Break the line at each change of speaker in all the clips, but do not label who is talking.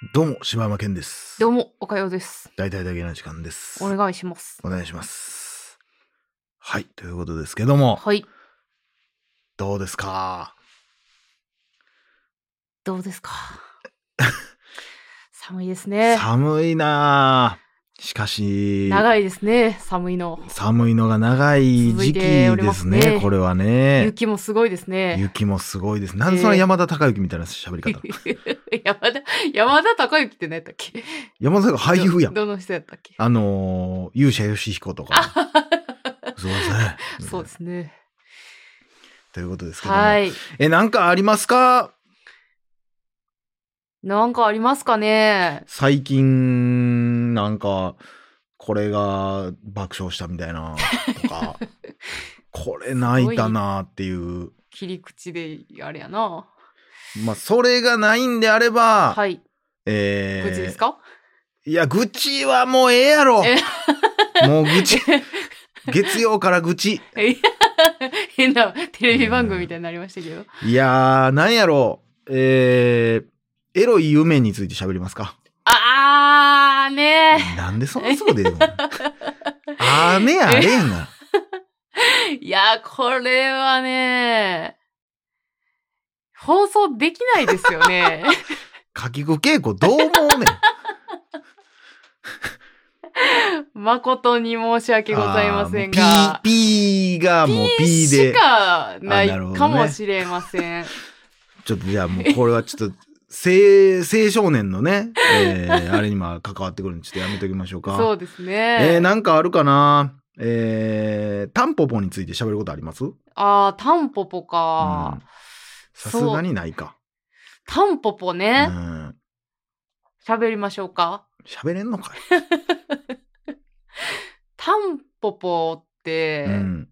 どうも柴山健です。
どうもおかようです。
大体だけの時間です。
お願いします。
お願いします。はい、ということですけども、
はい。
どうですか？
どうですか？寒いですね。
寒いなぁ。しかし
長いですね。寒いの
が長い時期ですね。これはね。
雪もすごいですね。
雪もすごいです。なんでその山田孝之みたいな喋り方。
山田孝之って何やったっけ？
山田さんが俳優やん。
どの人やったっけ？
勇者ヨシヒコとか。そうですね。
そうですね。
ということですけども。
はい。
なんかありますか？
なんかありますかね？
最近、なんか、これが爆笑したみたいな、とか、これ泣いたなっていう。
切り口であれやな。
まあ、それがないんであれば、
はい。愚痴ですか？
いや、愚痴はもうええやろ。もう愚痴。月曜から愚痴。
変なテレビ番組みたいになりましたけど。
いやー、なんやろ。エロい夢について喋りますか？
ね
ー。なんでそんなそうで言うの？あれやんが。
いや、これはね、放送できないですよね。
かきく稽古どう思うね
ん。誠に申し訳ございませんが。
P がもう P で。
しかないかもしれません。
ちょっとじゃあもうこれはちょっと青少年のね、あれに関わってくるんでちょっとやめときましょうか。
そうですね。
なんかあるかな？タンポポについて喋ることあります？
タンポポか。
さすがにないか。
タンポポね。喋りましょうか。
喋れんのかい？
タンポポって、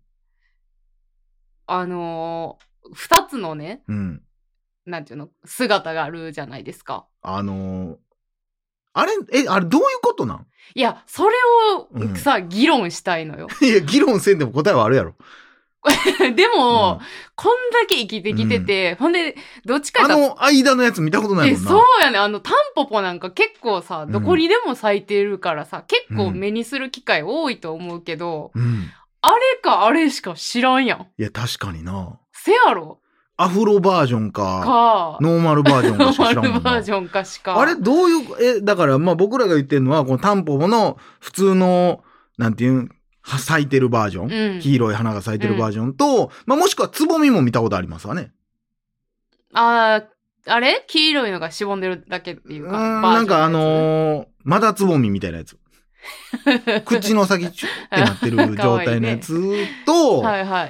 二つのね、なんていうの、姿があるじゃないですか。
あれどういうことなん？
いや、それをさ、議論したいのよ。
いや、議論せんでも答えはあるやろ。
でも、こんだけ生きてきてて、ほんで、どっちか
間のやつ見たことないもんな。
そうやね。タンポポなんか結構さ、どこにでも咲いてるからさ、結構目にする機会多いと思うけど、あれかあれしか知らんやん。
いや、確かにな。
せやろ？
アフロバージョンか、ノーマルバージョンかしか知らんもんな。
ノーマルバージョンかしか。
あれどういう、だからまあ僕らが言ってるのは、このタンポポの普通の、なんていうん、咲いてるバージョン、黄色い花が咲いてるバージョンと、まあもしくはつぼみも見たことありますわね。
あれ黄色いのがしぼんでるだけっていうか。
なんかまだつぼみみたいなやつ。口の先チュってなってる状態のやつと、
はいはい。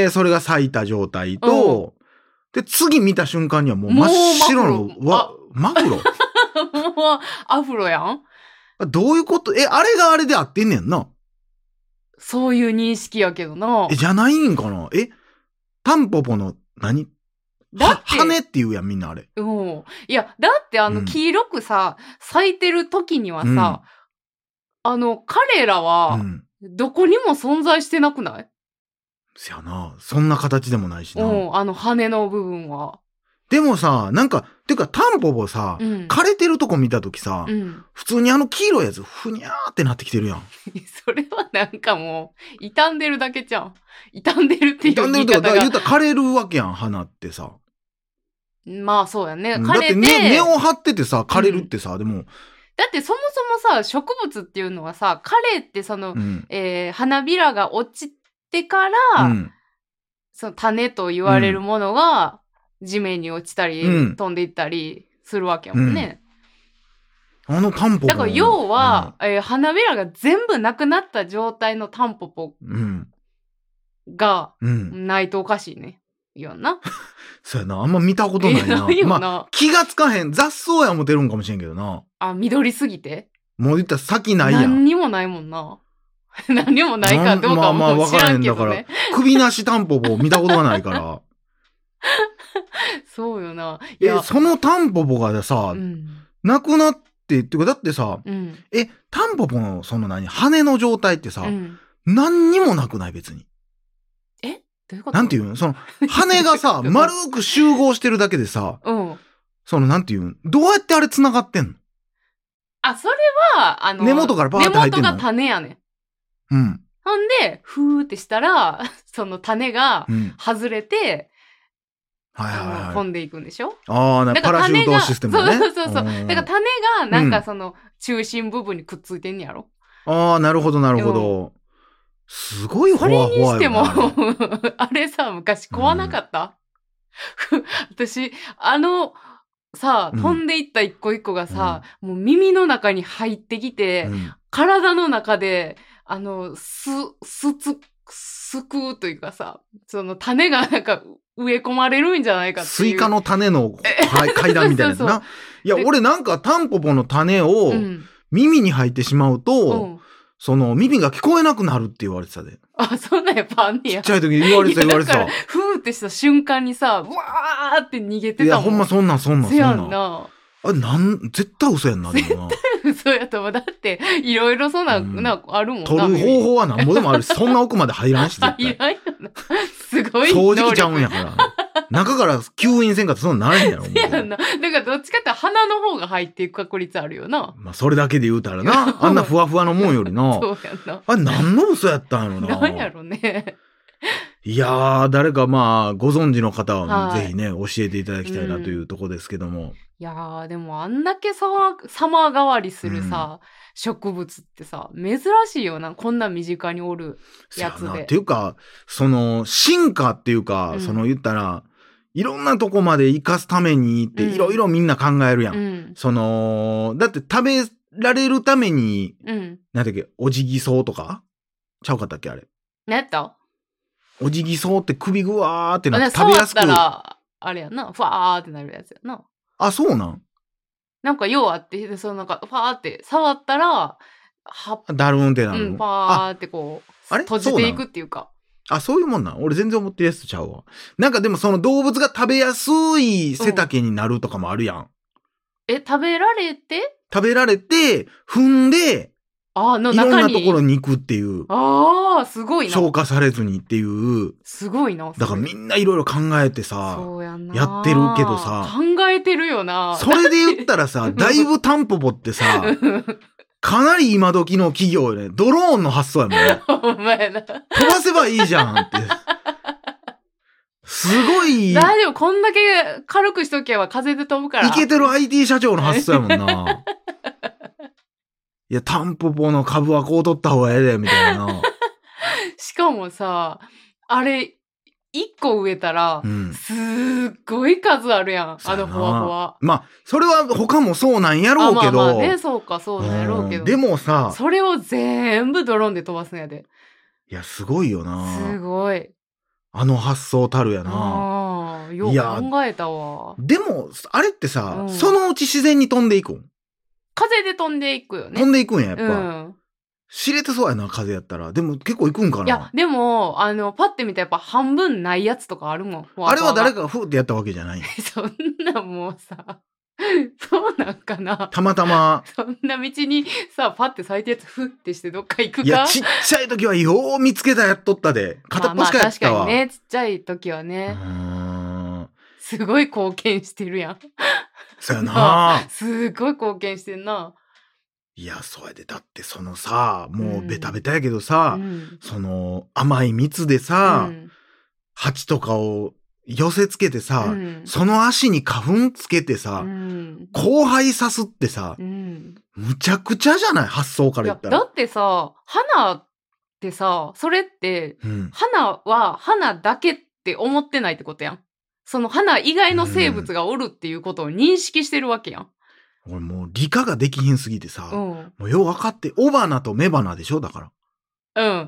それが咲いた状態と、で、次見た瞬間にはもう真っ白のマフロ。
もうアフロやん？
どういうこと？あれがあれで合ってんねんな。
そういう認識やけどな。
じゃないんかな？タンポポの何？羽って言うやんみんなあれ。
いや、だって黄色くさ、咲いてる時にはさ、彼らは、どこにも存在してなくない？
せやな。そんな形でもないしな。
羽の部分は。
でもさ、なんか、てかタンポポさ、枯れてるとこ見たときさ、普通に黄色いやつ、ふにゃーってなってきてるやん。
それはなんかもう、傷んでるだけじゃん。傷んでるっていう言い方が。傷んでるとか、
言ったら枯れるわけやん、花ってさ。
まあそうやね。
枯れて。だって根を張っててさ、枯れるってさ、でも。
だってそもそもさ、植物っていうのはさ、枯れってその、花びらが落ちてから、その種と言われるものが地面に落ちたり、飛んでいったりするわけやもんね。
タンポポ。
だから要は、花びらが全部なくなった状態のタンポポがないとおかしいね。言わんな。
そうやな。あんま見たことないな。まあ、気がつかへん。雑草や思てるんかもしれんけどな。
緑すぎて？
もう言ったら先ないやん。
何にもないもんな。何にもないかどうかも知らんけどね。まあまあ分からへんだから、首なしタンポポ見たことがないから。 そうよな。
そのタンポポがさ、なくなってっていうか、だってさ、タンポポのその羽の状態ってさ、何にもなくない別に。
どういうこと？
なんていうの？その、羽がさ、丸く集合してるだけでさ、その、なんていうの？どうやってあれ繋がってんの？
それは、
根元からパーって入ってんの？
根元が種やねん。
うん。
ほんで、ふーってしたら、その種が外れて、飛んでいくんでしょ？
パラシュートシステムね。
そう。だから種が、なんかその、中心部分にくっついてんやろ？
なるほど。すごいほわほわよな。
それにしても、あれさ、昔怖なかった？私、飛んでいった一個一個がさ、もう耳の中に入ってきて、体の中で、すくうというかさ、その種がなんか植え込まれるんじゃないかっていう。
スイカの種の階段みたいなやつな。いや、俺なんかタンポポの種を耳に入ってしまうと、その耳が聞こえなくなるって言われてたで。
そんなんやっぱあんねや。
ちっちゃい時言われてた。
ふーってした瞬間にさ、わーって逃げてたもん。いや、
ほんまそんなん。
そやんな。
絶対嘘やんな、でもな。
絶対嘘やと思う。だって、いろいろそんな、あるもんな。
取る方法はなんぼでもあるし、そんな奥まで入らんし、絶対。
入らんよな。すごい。
正直ちゃうんやから。中から吸引せんかってそんななれんやろ。
やんな。だからどっちかって鼻の方が入っていく確率あるよな。
それだけで言うたらな。あんなふわふわのもんよりな。
そうやんな。
あれ何の嘘やったんやろな。
なんやろね。
いやー、誰かご存知の方はぜひね、教えていただきたいなというとこですけども。
いやー、でもあんだけ様変わりするさ、植物ってさ、珍しいよな。こんな身近におるやつで。
っていうか、その、進化っていうか、その言ったら、いろんなとこまで生かすためにっていろいろみんな考えるやん。その、だって食べられるために、なんだっけ、オジギソウとかちゃうかったっけあれ。
何やった？
オジギソウって首ぐわーってなって食べやすく。
触ったら、あれやな、ふわーってなるやつやな。
そうなん？
なんか要あって、そのなんか、ファーって触ったら、
ダルーンってなるの？
ファーってこう、閉じていくっていうか。
そういうもんなん？俺全然思ってるやつちゃうわ。なんかでもその動物が食べやすい背丈になるとかもあるやん。
食べられて、
踏んで、いろんなところに行くっていう。
すごいな。
消化されずにっていう。
すごいな。
だからみんないろいろ考えてさ、やってるけどさ。
考えてるよな。
それで言ったらさ、だいぶタンポポってさ、かなり今時の企業よね。ドローンの発想やもんね。
ほんまやな。
飛ばせばいいじゃんって。すごい。
大丈夫。こんだけ軽くしとけば風で飛ぶから。
イケてる IT 社長の発想やもんな。いや、タンポポの株はこう取った方がええで、みたいな。
しかもさ、あれ、一個植えたら、すっごい数あるやん。ふわふわ。
それは他もそうなんやろうけど。
まあね、そうなんやろうけど。
でもさ、
それを全部ドローンで飛ばすんやで。
いや、すごいよな。
すごい。
発想たるやな。
よく考えたわ。
でも、あれってさ、そのうち自然に飛んでいくん？
風で飛んでいくよね。
飛んでいくんや、やっぱ。知れてそうやな、風やったら。でも結構行くんかな。
いや、でも、パッて見たらやっぱ半分ないやつとかあるもん。
あれは誰かがフーってやったわけじゃない。
そんなもうさ、そうなんかな。
たまたま。
そんな道にさ、パッて咲いたやつフッてしてどっか行くか。
いや、ちっちゃい時はよう見つけたやっとったで。片っ端からやったわ。
確かにね、ちっちゃい時はね。すごい貢献してるやん。
そうやな。
すごい貢献してんな。
いや、そうやで。だってそのさ、もうベタベタやけどさ、その甘い蜜でさ、蜂とかを寄せつけてさ、その足に花粉つけてさ、交配さすってさ、むちゃくちゃじゃない？発想から言ったら。
だってさ、花ってさ、それって、花は花だけって思ってないってことやん。その花以外の生物がおるっていうことを認識してるわけやん。
俺もう理科ができひんすぎてさ、もうよう分かって、雄花と雌花でしょだから。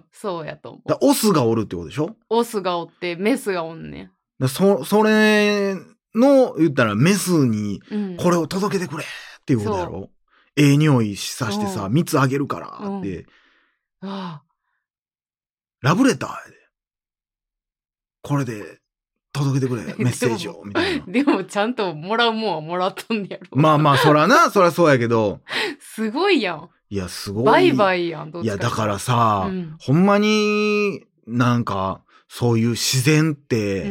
そうやと思
う。オスがおるってことでしょ？
オスがおって、メスがおんねん。
それの、言ったらメスに、これを届けてくれっていうことやろ？匂いさしてさ、蜜あげるからって。ラブレターやで。これで、届けてくれ、メッセージを、みたいな。
でも、ちゃんともらうもんはもらっとんねやろ。
そらそうやけど。
すごいやん。
いや、すごい。
バイバイやん、どっちか。
いや、だからさ、ほんまになんか、そういう自然って、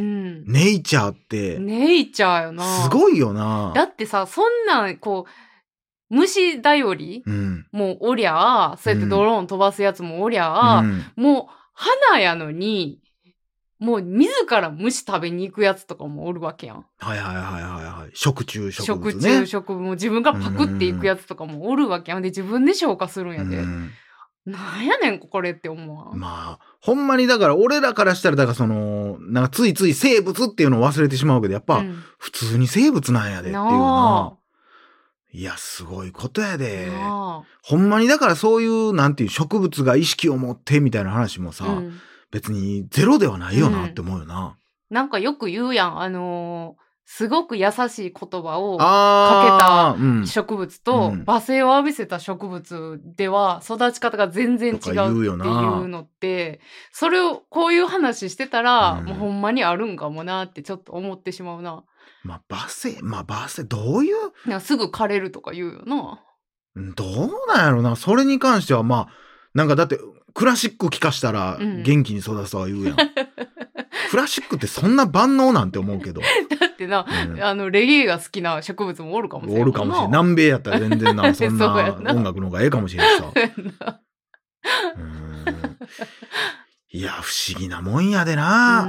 ネイチャーって。
ネイチャーよな。
すごいよな。
だってさ、そんなん、こう、 虫頼り、もうおりゃそうやってドローン飛ばすやつもおりゃ、もう花やのにもう自ら虫食べに行くやつとかもおるわけやん。
はいはいはいはいはい。食虫植物ね。
食虫植物も自分からパクっていくやつとかもおるわけやん。で自分で消化するんやで。なんやねんこれって思うわ。
まあほんまにだから俺らからしたらだからそのなんかついつい生物っていうのを忘れてしまうけどやっぱ普通に生物なんやでっていうな。いやすごいことやで。ほんまにだからそういうなんていう植物が意識を持ってみたいな話もさ。別にゼロではないよなって思うよな。
なんかよく言うやん。すごく優しい言葉をかけた植物と、罵声を浴びせた植物では育ち方が全然違うっていうのって、それをこういう話してたら、もうほんまにあるんかもなってちょっと思ってしまうな。
まあ罵声どういう
なんかすぐ枯れるとか言うよな。
どうなんやろな。それに関してはまあなんかだってクラシック聴かしたら元気に育つとは言うやん。クラシックってそんな万能なんて思うけど。
だってな、レゲエが好きな植物もおるかもしれない。
おるかもしれない。南米やったら全然な、そんな音楽の方がええかもしれんさ。いや、不思議なもんやで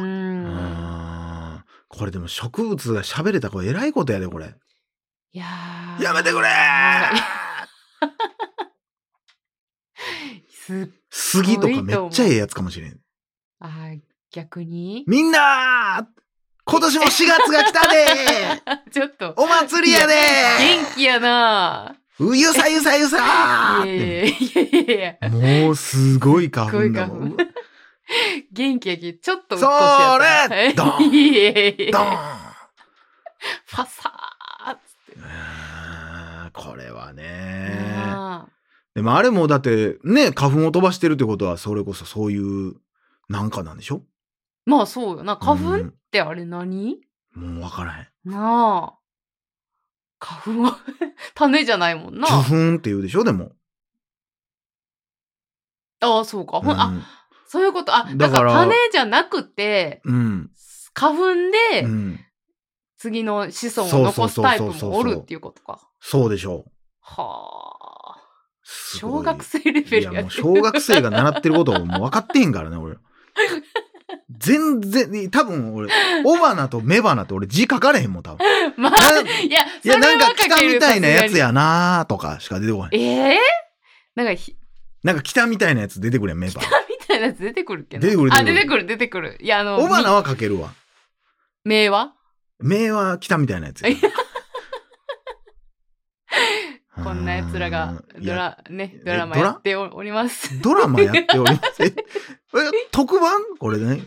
な。これでも植物が喋れたこれ偉いことやで、これ。
いや
ー。やめてくれー杉とかめっちゃええやつかもしれん。
逆に
みんな今年も4月が来たで
ちょっと
お祭りやで
元気やな
ゆさゆさゆさもうすごい花粉だもん。
元気やけどちょっとうっとし
そ
やった。
れドンドン
ファサーっつって。
これはねでもあれもだってね花粉を飛ばしてるってことはそれこそそういうなんかなんでしょ。
まあそうよな。花粉ってあれ何？
もうわからへん。
なあ。花粉は種じゃないもんな。
受粉って言うでしょでも。
ああそうか。そういうこと。だから種じゃなくて、花粉で、次の子孫を残すタイプもおるっていうことか。
そうでしょう。
はあ。小学生レベルや
いやもう小学生が習ってることをもう分かってへんからね俺。全然多分俺雄花と雌花って俺字書かれへんもん多分。
まあいや
なんか北みたいなやつやなとかしか出てこない。なんか北みたいなやつ出てくれん雌花。
北みたいなやつ出てくるっけど。
出てくる。
いや
雄花は書けるわ。
雌は
北みたいなやつや。
こんな奴らがドラマやっております。
ドラマやっております。特番これね。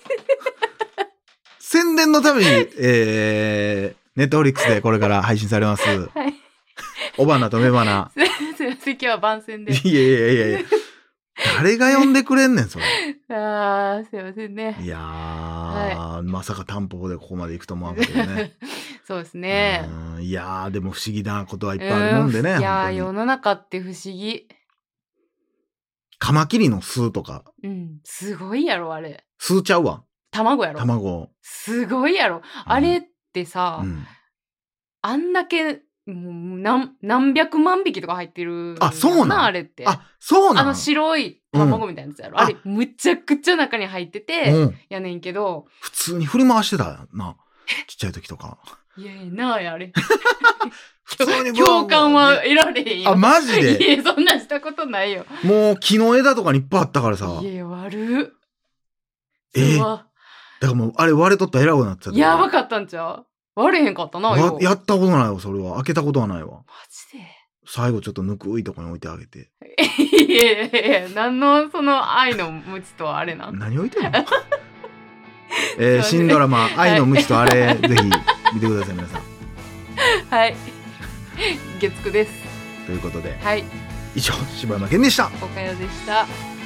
宣伝のために、ネットフリックスでこれから配信されます。はい。雄花と雌花。
すいません、今日は番宣で。
いや。誰が呼んでくれんねん、それ。
すいませんね。
いやー、まさかタンポポでここまで行くと思わんかったけどね。
そうですね。
いやー、でも不思議なことはいっぱいあるもんでね。
いやー、世の中って不思議。
カマキリの巣とか。
すごいやろ、あれ。
巣ちゃうわ。
卵やろ。
卵。
すごいやろ。あれってさ、あんだけ、もう何百万匹とか入ってる。
そうなん
あれって。
そうなん
白い卵みたいなやつやろ。あれ、むちゃくちゃ中に入ってて、やねんけど。
普通に振り回してたな。ちっちゃい時とか。
いやなあやれ。
普通に
共感は得られへんよ。
マジで？
いや、そんなんしたことないよ。
もう木の枝とかにいっぱいあったからさ。
いや、悪っ。
だからもう、あれ割れとったらえらいなってた。
やばかったんちゃう？割れへんかったな、
やったことないわ、それは。開けたことはないわ。
マジで？
最後ちょっとぬくいとこに置いてあげて。
いや、何のその愛の無知とはあれな。
何置いてんの新ドラマ、愛の無知とあれ、ぜひ見てください、皆さん。
はい。月9です。
ということで、
はい。
以上、柴山健でした。
おかよでした。